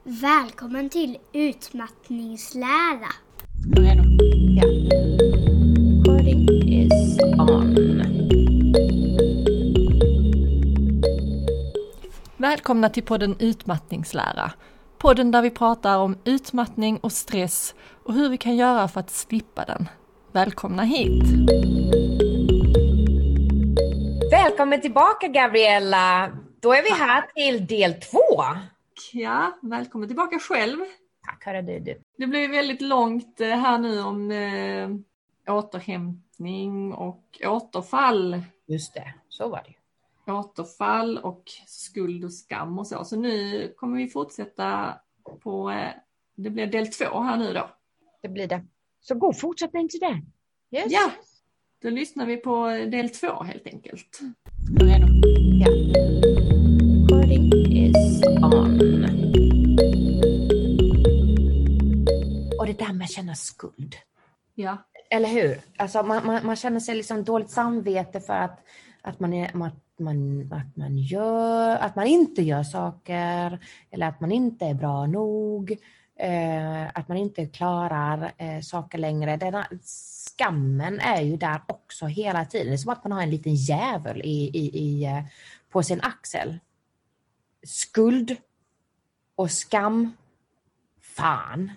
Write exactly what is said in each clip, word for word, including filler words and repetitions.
Välkommen till utmattningslära. Redo? Ja. Recording is on. Välkomna till podden Utmattningslära. Podden där vi pratar om utmattning och stress och hur vi kan göra för att slippa den. Välkomna hit! Välkommen tillbaka, Gabriella. Då är vi här till del två. Ja, välkommen tillbaka själv. Tack, hörru du, du. Det blev väldigt långt här nu om eh, återhämtning och återfall. Just det, så var det. Återfall och skuld och skam och så. Så nu kommer vi fortsätta på, eh, det blir del två här nu då. Det blir det. Så god fortsättning till det. Yes. Ja, då lyssnar vi på del två helt enkelt. Redo? Ja. Recording is on. Och det där med att känna skuld. Ja. Eller hur? Alltså man, man, man känner sig liksom dåligt samvete för att, att, man är, att, man, att man gör, att man inte gör saker. Eller att man inte är bra nog. Eh, att man inte klarar eh, saker längre. Den här skammen är ju där också hela tiden. Det är som att man har en liten jävel i, i, i, eh, på sin axel. Skuld och skam. Fan.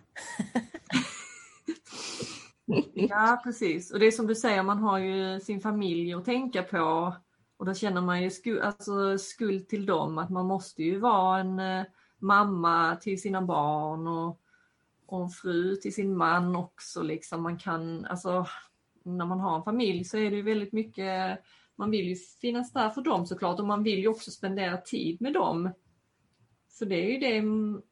Ja, precis. Och det är som du säger, man har ju sin familj att tänka på. Och då känner man ju skuld, alltså skuld till dem. Att man måste ju vara en eh, mamma till sina barn och, och en fru till sin man också. Liksom. Man kan, alltså, när man har en familj så är det ju väldigt mycket, man vill ju finnas där för dem såklart. Och man vill ju också spendera tid med dem. Så det är ju det,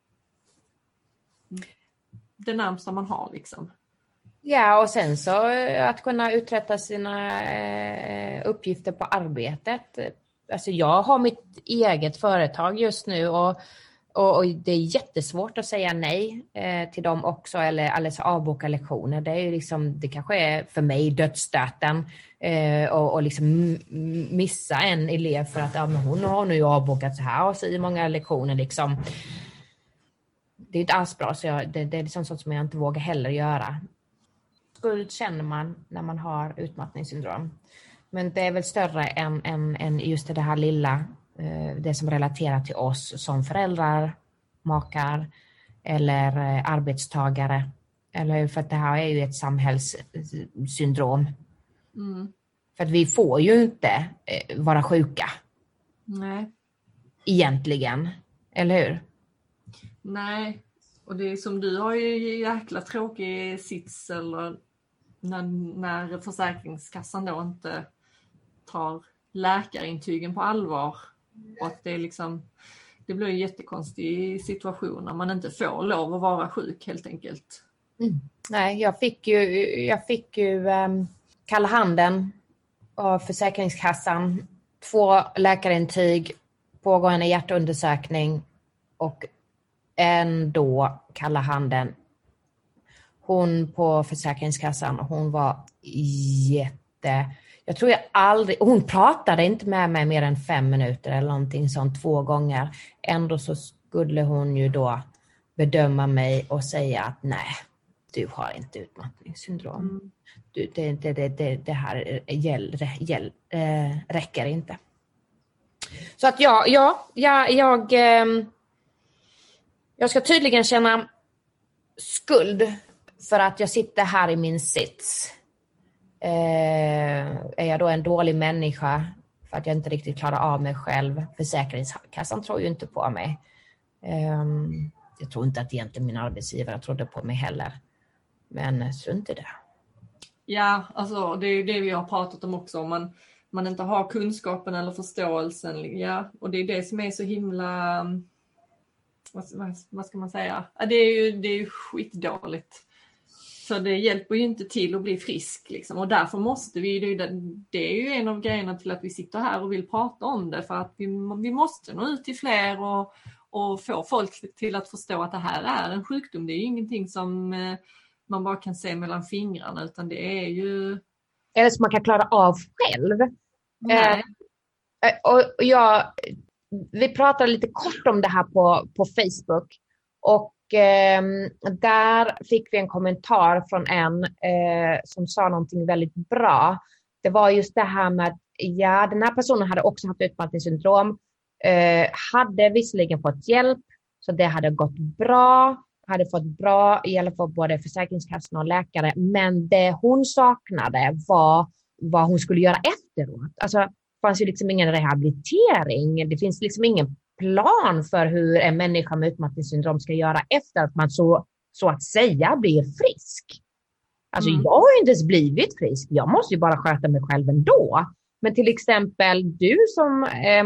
det närmsta man har liksom. Ja, och sen så att kunna uträtta sina eh, uppgifter på arbetet. Alltså jag har mitt eget företag just nu och, och, och det är jättesvårt att säga nej eh, till dem också eller alltså avboka lektioner. Det är ju liksom, det kanske är för mig dödsstöten eh, och, och liksom missa en elev för att ja, men hon har nu avbokat så här och så många lektioner liksom. Det är inte alls bra, så jag, det, det är liksom sånt som jag inte vågar heller göra. Skuld känner man när man har utmattningssyndrom. Men det är väl större än, än, än just det här lilla, det som relaterar till oss som föräldrar, makar eller arbetstagare. Eller för att det här är ju ett samhällssyndrom. Mm. För att vi får ju inte vara sjuka. Nej. Egentligen, eller hur? Nej, och det är som du har ju jäkla tråkig sits eller när, när Försäkringskassan då inte tar läkarintygen på allvar och att det är liksom, det blir en jättekonstig situation när man inte får lov att vara sjuk helt enkelt. Mm. Nej, jag fick ju, jag fick ju um, kalla handen av Försäkringskassan, två läkarintyg, pågående hjärtundersökning och ändå kalla handen. Hon på Försäkringskassan, hon var jätte... Jag tror jag aldrig... Hon pratade inte med mig mer än fem minuter eller någonting sånt två gånger. Ändå så skulle hon ju då bedöma mig och säga att nej, du har inte utmattningssyndrom. Mm. Du, det, det, det, det, det här gäll, gäll, äh, räcker inte. Så att ja, ja, ja jag... Äh, Jag ska tydligen känna skuld för att jag sitter här i min sits. Eh, är jag då en dålig människa för att jag inte riktigt klarar av mig själv? Försäkringskassan tror ju inte på mig. Eh, jag tror inte att egentligen min arbetsgivare trodde på mig heller. Men strunt i det. Ja, alltså det är ju det vi har pratat om också. Om man, man inte har kunskapen eller förståelsen. Ja, och det är det som är så himla... Vad, vad ska man säga? Ja, det är ju, det är ju skitdåligt. Så det hjälper ju inte till att bli frisk. Liksom. Och därför måste vi, det, det är ju en av grejerna till att vi sitter här och vill prata om det. För att vi, vi måste nå ut till fler och, och få folk till att förstå att det här är en sjukdom. Det är ju ingenting som eh, man bara kan se mellan fingrarna, utan det är ju... Eller som man kan klara av själv. Nej. Eh, och jag... Vi pratade lite kort om det här på, på Facebook. Och eh, där fick vi en kommentar från en eh, som sa någonting väldigt bra. Det var just det här med, ja, den här personen hade också haft utmattningssyndrom. Eh, hade visserligen fått hjälp, så det hade gått bra. Hade fått bra hjälp av både Försäkringskassan och läkare. Men det hon saknade var vad hon skulle göra efteråt. Alltså, det fanns ju liksom ingen rehabilitering. Det finns liksom ingen plan för hur en människa med utmattningssyndrom ska göra efter att man så, så att säga blir frisk. Alltså mm. jag har ju inte ens blivit frisk. Jag måste ju bara sköta mig själv ändå. Men till exempel du som eh,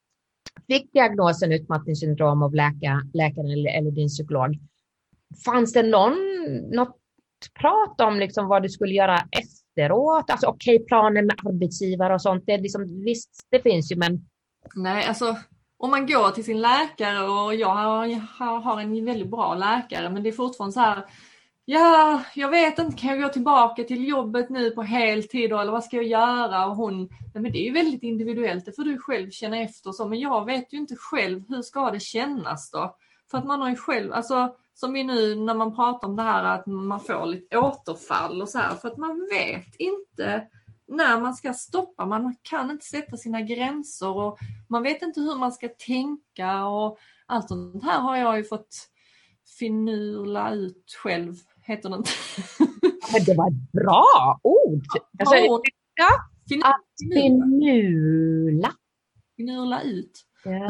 fick diagnosen utmattningssyndrom av läkare, läkaren eller, eller din psykolog. Fanns det någon, något prat om liksom vad du skulle göra efteråt? Alltså okej, okay, planen med arbetsgivare och sånt. Det är liksom, visst, det finns ju, men... Nej, alltså om man går till sin läkare, och jag har, jag har en väldigt bra läkare, men det är fortfarande så här, ja, jag vet inte, kan jag gå tillbaka till jobbet nu på heltid då, eller vad ska jag göra? Och hon, nej men det är ju väldigt individuellt, det får du själv känna efter så, men jag vet ju inte själv, hur ska det kännas då? För att man har ju själv, alltså som vi nu när man pratar om det här att man får lite återfall och så här, för att man vet inte när man ska stoppa, man kan inte sätta sina gränser och man vet inte hur man ska tänka, och allt sånt här har jag ju fått finurla ut själv, heter det inte? Men det var ett bra ord! Alltså, ja, Fin- att finurla. Finurla ut. Ja.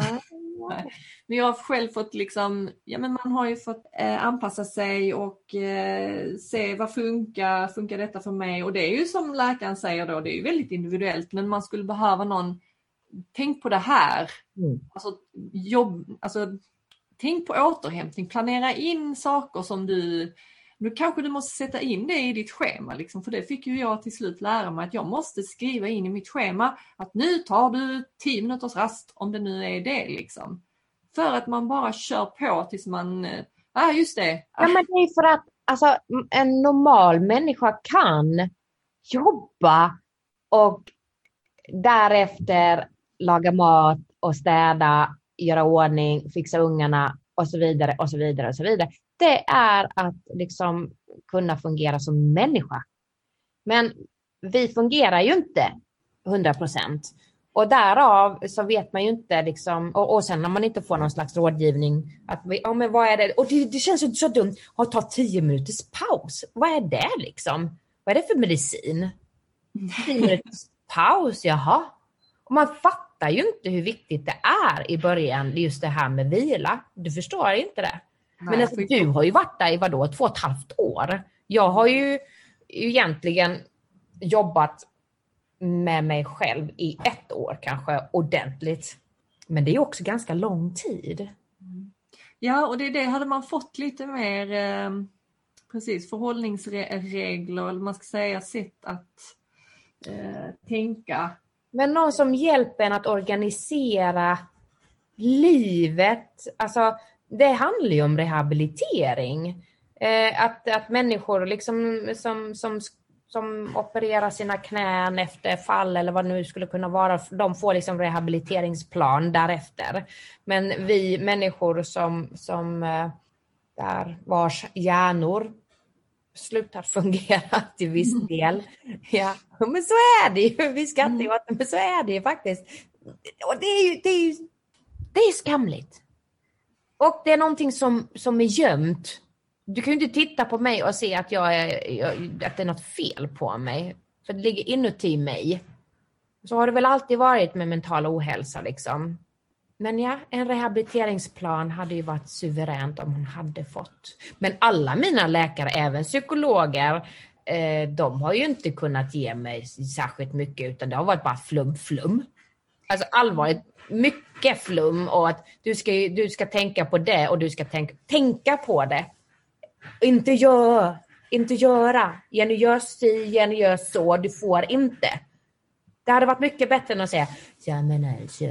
Men jag har själv fått liksom, ja men man har ju fått eh, anpassa sig och eh, se vad funkar, funkar detta för mig, och det är ju som läkaren säger då, det är ju väldigt individuellt, men man skulle behöva någon, tänk på det här, mm. alltså jobb, alltså tänk på återhämtning, planera in saker som du, nu kanske du måste sätta in det i ditt schema liksom, för det fick ju jag till slut lära mig, att jag måste skriva in i mitt schema att nu tar du tio minuters rast, om det nu är det liksom. För att man bara kör på tills man, ja ah, just det. Ja, men det är för att alltså, en normal människa kan jobba och därefter laga mat och städa, göra ordning, fixa ungarna och så vidare och så vidare och så vidare. Det är att liksom kunna fungera som människa. Men vi fungerar ju inte hundra procent. Och därav så vet man ju inte liksom, och, och sen när man inte får någon slags rådgivning att vi, ja men vad är det, och det, det känns ju så dumt att ta tio minuters paus. Vad är det liksom? Vad är det för medicin? tio minuters paus, jaha. Och man fattar ju inte hur viktigt det är i början, just det här med vila. Du förstår inte det. Nej, men alltså, du har ju varit där i vadå, två och ett halvt år. Jag har ju egentligen jobbat med mig själv i ett år kanske ordentligt. Men det är också ganska lång tid. Mm. Ja, och det, det hade man fått lite mer eh, precis förhållningsregler, eller man ska säga sätt att eh, tänka. Men någon som hjälper en att organisera livet. Alltså det handlar ju om rehabilitering. Eh, att, att människor liksom som, som, som opererar sina knän efter fall eller vad det nu skulle kunna vara, de får liksom rehabiliteringsplan därefter. Men vi människor som, som eh, där vars hjärnor slutar fungera till viss del. Ja, men så är det ju. Vi skrattar ju åt det, men så är det ju faktiskt. Och det är ju, det är ju det är skamligt. Och det är någonting som, som är gömt. Du kan ju inte titta på mig och se att, jag är, jag, att det är något fel på mig. För det ligger inuti mig. Så har det väl alltid varit med mental ohälsa liksom. Men ja, en rehabiliteringsplan hade ju varit suveränt om hon hade fått. Men alla mina läkare, även psykologer, eh, de har ju inte kunnat ge mig särskilt mycket. Utan det har varit bara flum, flum. Alltså allvarligt, mycket flum. Och att du ska, du ska tänka på det och du ska tänka, tänka på det. Inte gör, inte göra. Jenny gör si, Jenny gör så. Du får inte. Det hade varit mycket bättre än att säga ja men alltså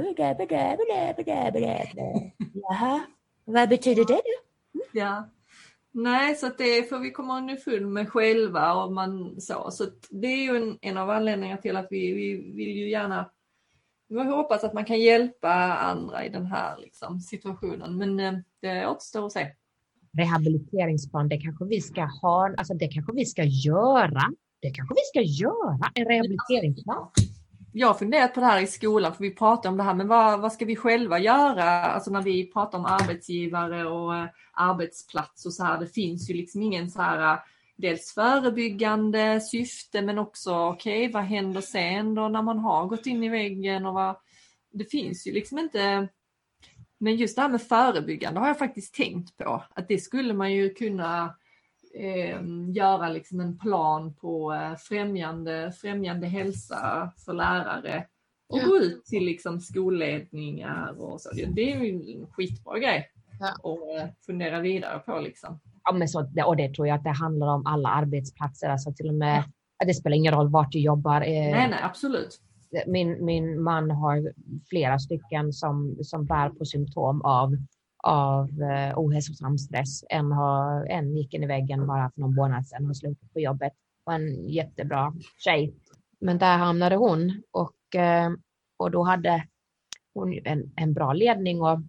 jaha, vad betyder det då? Ja. Nej, så att det får vi komma underfund med själva och man så. Så det är ju en, en av anledningarna till att vi, vi vill ju gärna Jag hoppas att man kan hjälpa andra i den här liksom, situationen. Men eh, det återstår att se. Rehabiliteringsplan, det kanske vi ska ha, alltså det kanske vi ska göra. Det kanske vi ska göra, en rehabiliteringsplan. Jag har funderat på det här i skolan, för vi pratar om det här, men vad, vad ska vi själva göra? Alltså när vi pratar om arbetsgivare och eh, arbetsplats och så här, det finns ju liksom ingen så här, eh, dels förebyggande syfte, men också okej, okay, vad händer sen då när man har gått in i väggen och vad, det finns ju liksom inte, men just det här med förebyggande har jag faktiskt tänkt på, att det skulle man ju kunna Eh, göra liksom en plan på eh, främjande, främjande hälsa för lärare och ja. Gå ut till liksom skolledningar och så. Det är ju en skitbra grej ja. Och eh, fundera vidare på liksom. Ja, men så, och det tror jag att det handlar om alla arbetsplatser, alltså till och med, ja. Det spelar ingen roll vart du jobbar. Eh, nej, nej, absolut. Min, min man har flera stycken som, som bär på symptom av av eh, ohälsosam stress. En, har, en gick in i väggen bara för någon månad sedan och har slutat på jobbet. Och en jättebra tjej. Men där hamnade hon. Och, eh, och då hade hon en, en bra ledning och,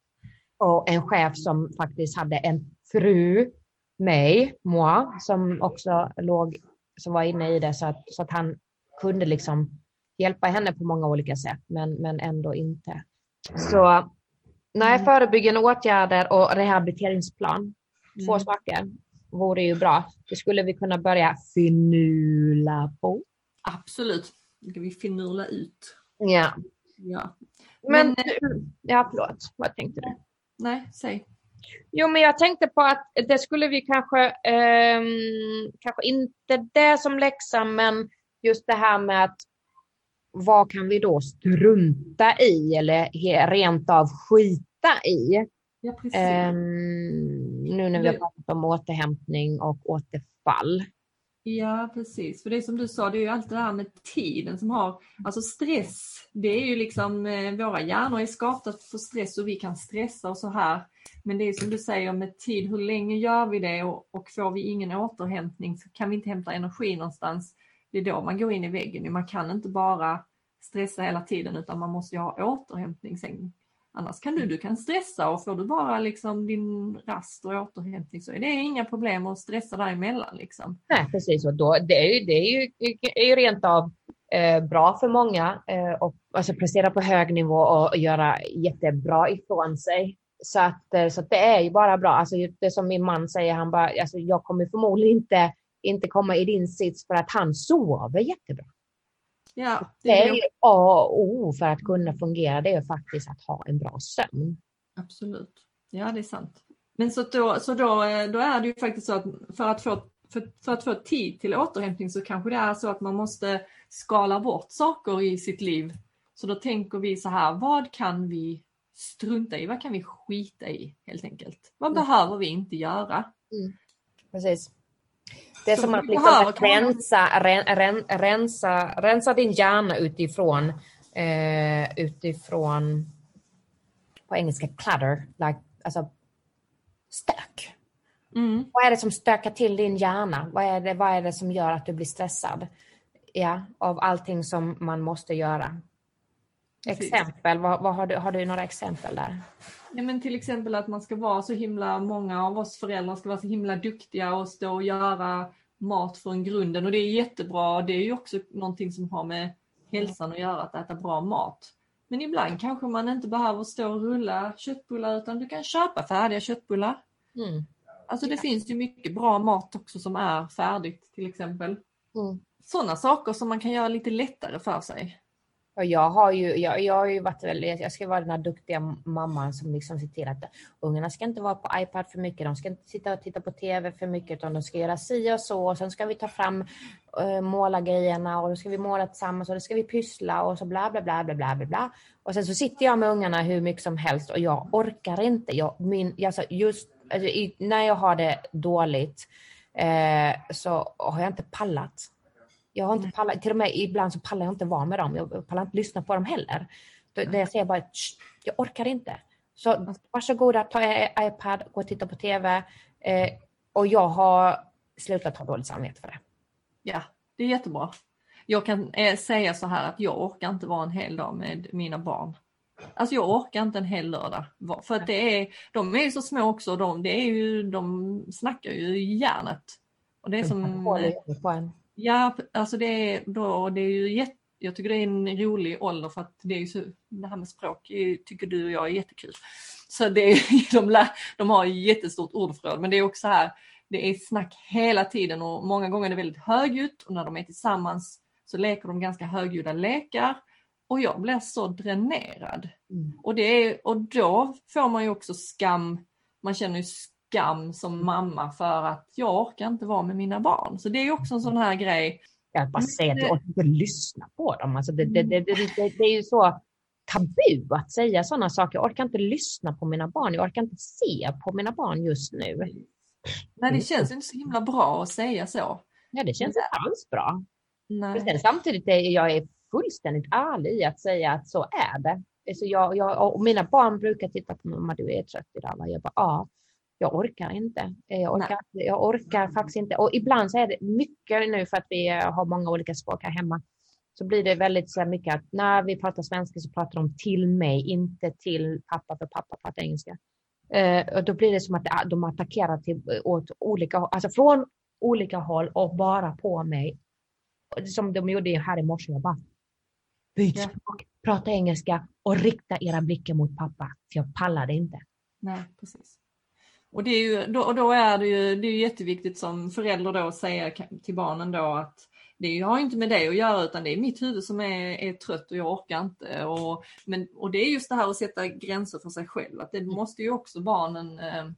och en chef som faktiskt hade en fru, mig, moi, som också låg, som var inne i det. Så att, så att han kunde liksom hjälpa henne på många olika sätt. Men, men ändå inte. Så nej, förebyggande åtgärder och rehabiliteringsplan. Två mm. saker vore ju bra. Det skulle vi kunna börja finula på. Absolut. Det ska vi finula ut. Ja. Ja. Men, men ja, förlåt. Vad tänkte du? Nej, säg. Jo, men jag tänkte på att det skulle vi kanske eh, kanske inte det som läxa, men just det här med att vad kan vi då strunta i eller rent av skita i? Ja, precis. Um, nu när vi har pratat om återhämtning och återfall. Ja, precis. För det som du sa, det är ju allt det här med tiden som har, alltså stress, det är ju liksom, eh, våra hjärnor är skapade för stress och vi kan stressa och så här. Men det är som du säger med tid, hur länge gör vi det och, och får vi ingen återhämtning så kan vi inte hämta energi någonstans. Det är då man går in i väggen. Man kan inte bara stressa hela tiden utan man måste ju ha återhämtning sen. Annars kan du, du kan stressa och får du bara liksom din rast och återhämtning så är det inga problem att stressa däremellan liksom. Nej, precis. Och då, det är ju, det är ju, är ju rent av eh, bra för många eh, och alltså prestera på hög nivå och göra jättebra ifrån sig. Så att, eh, så att det är ju bara bra. Alltså det som min man säger, han bara, alltså jag kommer förmodligen inte inte komma i din sits för att han sover jättebra. Ja, det, det är ju A och O för att kunna fungera. Det är faktiskt att ha en bra sömn. Absolut. Ja, det är sant. Men så då, så då, då är det ju faktiskt så att för att, få, för, för att få tid till återhämtning så kanske det är så att man måste skala bort saker i sitt liv. Så då tänker vi så här, vad kan vi strunta i? Vad kan vi skita i helt enkelt? Vad mm. behöver vi inte göra? Mm. Precis. Det är så som att liksom rensa, ren, ren, rensa, rensa din hjärna utifrån, eh, utifrån på engelska clutter, like, alltså stök. Mm. Vad är det som stökar till din hjärna? Vad är det, vad är det som gör att du blir stressad? Ja, av allting som man måste göra. Precis. Exempel, vad, vad har, du, har du några exempel där? Ja, men till exempel att man ska vara så himla, många av oss föräldrar ska vara så himla duktiga och stå och göra mat från grunden och det är jättebra. Det är ju också någonting som har med hälsan att göra, att äta bra mat. Men ibland kanske man inte behöver stå och rulla köttbullar utan du kan köpa färdiga köttbullar. Mm. Alltså det finns ju mycket bra mat också som är färdigt till exempel. Mm. Sådana saker som man kan göra lite lättare för sig. Och jag har ju, jag, jag har ju varit väldigt, jag ska vara den här duktiga mamman som liksom ser till att ungarna ska inte vara på iPad för mycket, de ska inte sitta och titta på tv för mycket utan de ska göra si och så och sen ska vi ta fram uh, måla grejerna och då ska vi måla tillsammans och då ska vi pyssla och så bla bla bla bla bla bla bla och sen så sitter jag med ungarna hur mycket som helst och jag orkar inte, jag, min, alltså just alltså, i, när jag har det dåligt eh, så har jag inte pallat. Jag har inte pallat, till och med ibland så pallar jag inte vara med dem. Jag pallar inte lyssna på dem heller. Då, jag säger bara, jag orkar inte. Så varsågoda, ta iPad, gå och titta på tv. Eh, och jag har slutat ha dåligt samvete för det. Ja, det är jättebra. jag kan eh, säga så här att jag orkar inte vara en hel dag med mina barn. Alltså jag orkar inte en hel lördag. För att det är, de är ju så små också. De, det är ju, de snackar ju i hjärnet. Och det är som... Ja, alltså det är, då, det är ju jätte, jag tycker det är en rolig ålder för att det är ju så, det här med språk tycker du och jag är jättekul. Så det är, de, lär, de har ju jättestort ordförråd, men det är också här, det är snack hela tiden och många gånger är det väldigt högljutt och när de är tillsammans så leker de ganska högljudda lekar och jag blir så dränerad. Mm. Och, det är, och då får man ju också skam, man känner ju skam som mamma för att jag orkar inte vara med mina barn. Så det är ju också en sån här grej. Jag bara säger att jag orkar inte lyssna på dem. Alltså det, det, det, det, det, det är ju så tabu att säga sådana saker. Jag orkar inte lyssna på mina barn. Jag orkar inte se på mina barn just nu. Nej, det känns inte så himla bra att säga så. Ja, det känns inte alls bra. Nej. Men samtidigt är jag är fullständigt ärlig i att säga att så är det. Så jag, jag, och mina barn brukar titta på mamma, du är trött idag. Jag bara, ja. Jag orkar inte. Jag orkar, jag orkar faktiskt inte. Och ibland så är det mycket nu för att vi har många olika språk här hemma. Så blir det väldigt så mycket att när vi pratar svenska så pratar de till mig, inte till pappa, för pappa pratar engelska. Uh, och då blir det som att de attackerar till, åt olika, alltså från olika håll och bara på mig. Som de gjorde här i morse. Jag bara, byt språk, yeah. Prata engelska och rikta era blickar mot pappa. För jag pallar det inte. Nej, precis. Och, det är ju, då, och då är det ju det är jätteviktigt som förälder då att säga till barnen då att det har inte med det att göra utan det är mitt huvud som är, är trött och jag orkar inte. Och, men, och det är just det här att sätta gränser för sig själv. Att det måste ju också barnen eh,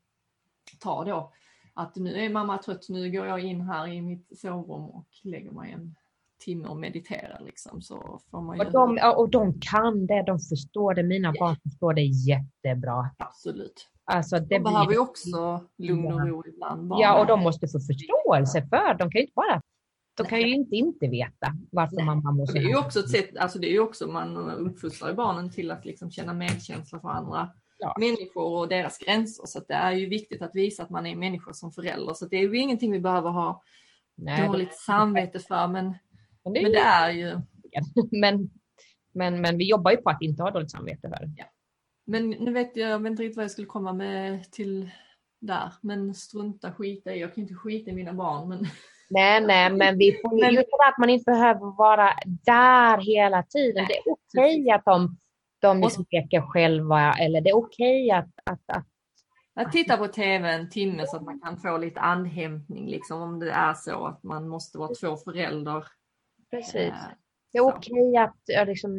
ta då. Att nu är mamma trött, nu går jag in här i mitt sovrum och lägger mig en timme och mediterar liksom. Så får man ju... och, de, och de kan det, de förstår det. Mina barn förstår det jättebra. Absolut. Alltså, det de behöver ju också lugn och ro ibland. Bara. Ja, och de måste få förståelse för. De kan ju inte bara, de kan ju inte inte veta varför Nej. man måste. Det är ju också ett sätt, alltså det är ju också man uppfostrar barnen till att liksom känna medkänsla för andra ja. människor och deras gränser. Så att det är ju viktigt att visa att man är människor som förälder. Så det är ju ingenting vi behöver ha Nej, dåligt det... samvete för. Men, men, det, är men det är ju... men, men, men vi jobbar ju på att inte ha dåligt samvete för. Ja. Men nu vet jag, jag vet inte riktigt vad jag skulle komma med till där. Men strunta, skita i. Jag kan inte skita i mina barn. Men... Nej, nej, men vi får men... just att man inte behöver vara där hela tiden. Nej. Det är okej okay att de, de liksom leker själva. Eller det är okej okay att, att, att... att titta på tv en timme så att man kan få lite andhämtning. Liksom, om det är så att man måste vara två föräldrar. Precis. Eh, det är okej okay att liksom...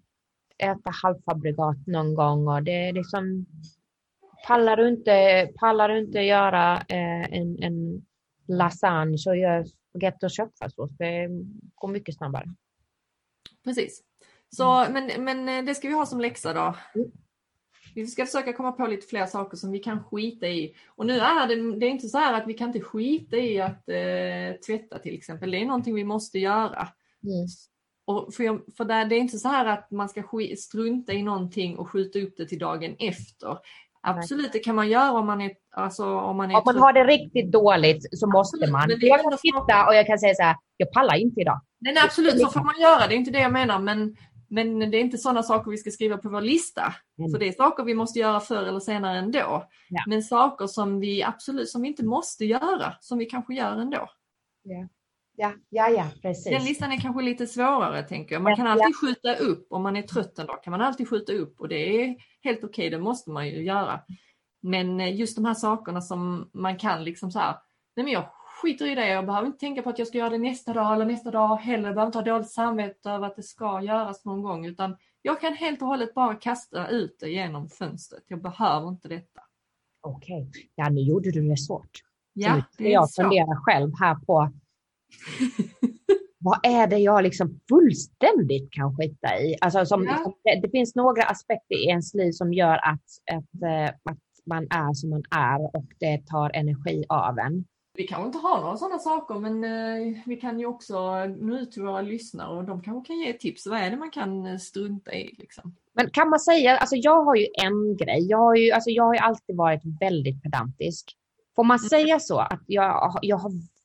äta halvfabrikat någon gång och det är liksom pallar du inte pallar du inte göra eh, en, en lasagne så gör spaghetti och köttfärssås. Det går mycket snabbare. Precis. Så mm. men men det ska vi ha som läxa då. Mm. Vi ska försöka komma på lite fler saker som vi kan skita i. Och nu är det det är inte så här att vi kan inte skita i att eh, tvätta till exempel. Det är någonting vi måste göra. Mm. Och för, jag, för där, det är inte så här att man ska sk- strunta i någonting och skjuta upp det till dagen efter. Absolut, det kan man göra om man är, alltså, om man är om man har det riktigt dåligt så måste absolut, man. Men det jag kan titta och jag kan säga så här, jag pallar inte idag. Nej, nej absolut, så får man göra. Det är inte det jag menar, men, men det är inte sådana saker vi ska skriva på vår lista. Mm. Så det är saker vi måste göra förr eller senare ändå. Ja. Men saker som vi absolut, som vi inte måste göra, som vi kanske gör ändå. Ja. Ja, ja, ja, precis. Den listan är kanske lite svårare, tänker jag. Man kan alltid skjuta upp, om man är trött en dag kan man alltid skjuta upp och det är helt okej, det måste man ju göra. Men just de här sakerna som man kan liksom så här, nej men jag skiter i det, jag behöver inte tänka på att jag ska göra det nästa dag eller nästa dag heller, jag behöver inte ha dåligt samvete över att det ska göras någon gång, utan jag kan helt och hållet bara kasta ut det genom fönstret, jag behöver inte detta. Okej, ja nu gjorde du det svårt. Ja, det är jag så. funderar själv här på vad är det jag liksom fullständigt kan skita i? Alltså som, ja. det, det finns några aspekter i ens liv som gör att, att, att man är som man är och det tar energi av en. Vi kan inte ha några sådana saker, men eh, vi kan ju också nå ut till våra lyssnare och de kanske kan ge tips. Vad är det man kan strunta i liksom? Men kan man säga, alltså jag har ju en grej. Jag har ju, alltså jag har ju alltid varit väldigt pedantisk. Får man säga så att jag, jag har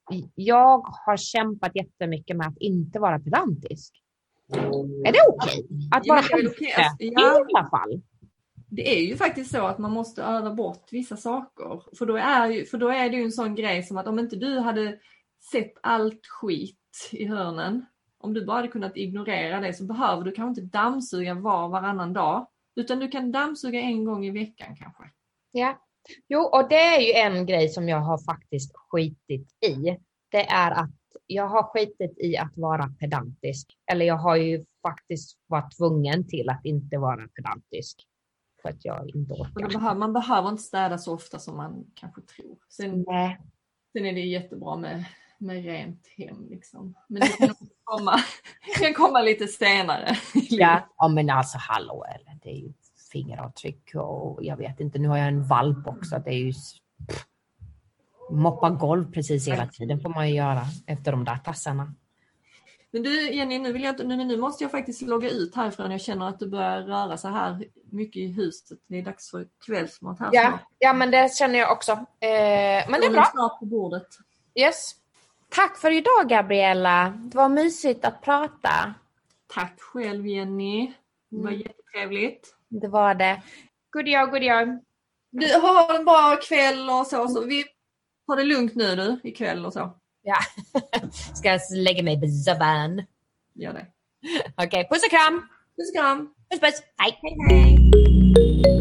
jag har kämpat jättemycket med att inte vara pedantisk. Är det okej? Okay? Att vara ja, pedantisk okay. i ja. alla fall. Det är ju faktiskt så att man måste öva bort vissa saker. För då är, ju, för då är det ju en sån grej som att om inte du hade sett allt skit i hörnen, om du bara hade kunnat ignorera det, så behöver du kanske inte dammsuga var varannan dag. Utan du kan dammsuga en gång i veckan kanske. Ja, jo, och det är ju en grej som jag har faktiskt skitit i. Det är att jag har skitit i att vara pedantisk. Eller jag har ju faktiskt varit tvungen till att inte vara pedantisk. För att jag inte orkar. Behöver, man behöver inte städa så ofta som man kanske tror. Sen, Nej. sen är det jättebra med, med rent hem liksom. Men det kan komma, kan komma lite senare. Ja, ja, men alltså hallå, eller det är ju fingeravtryck och jag vet inte, nu har jag en valp också. Det är ju pff, moppa golv precis hela tiden får man ju göra efter de där tassarna. Men du Jenny, nu, vill jag, nu, nu måste jag faktiskt logga ut härifrån. Jag känner att du börjar röra så här mycket i huset. Det är dags för kvällsmat här. Ja, ja, men det känner jag också. Eh, men det är bra. Snart på bordet. Yes. Tack för idag Gabriella. Det var mysigt att prata. Tack själv Jenny. Det var mm. jättetrevligt. Det var det. God dag, god dag. Du har en bra kväll och så. så. Vi har det lugnt nu du, ikväll och så. Ja, ska jag lägga mig på soffan. Gör det. Okej, okay, puss och kram. Puss och kram. Puss, puss. Hej. Hej, hej.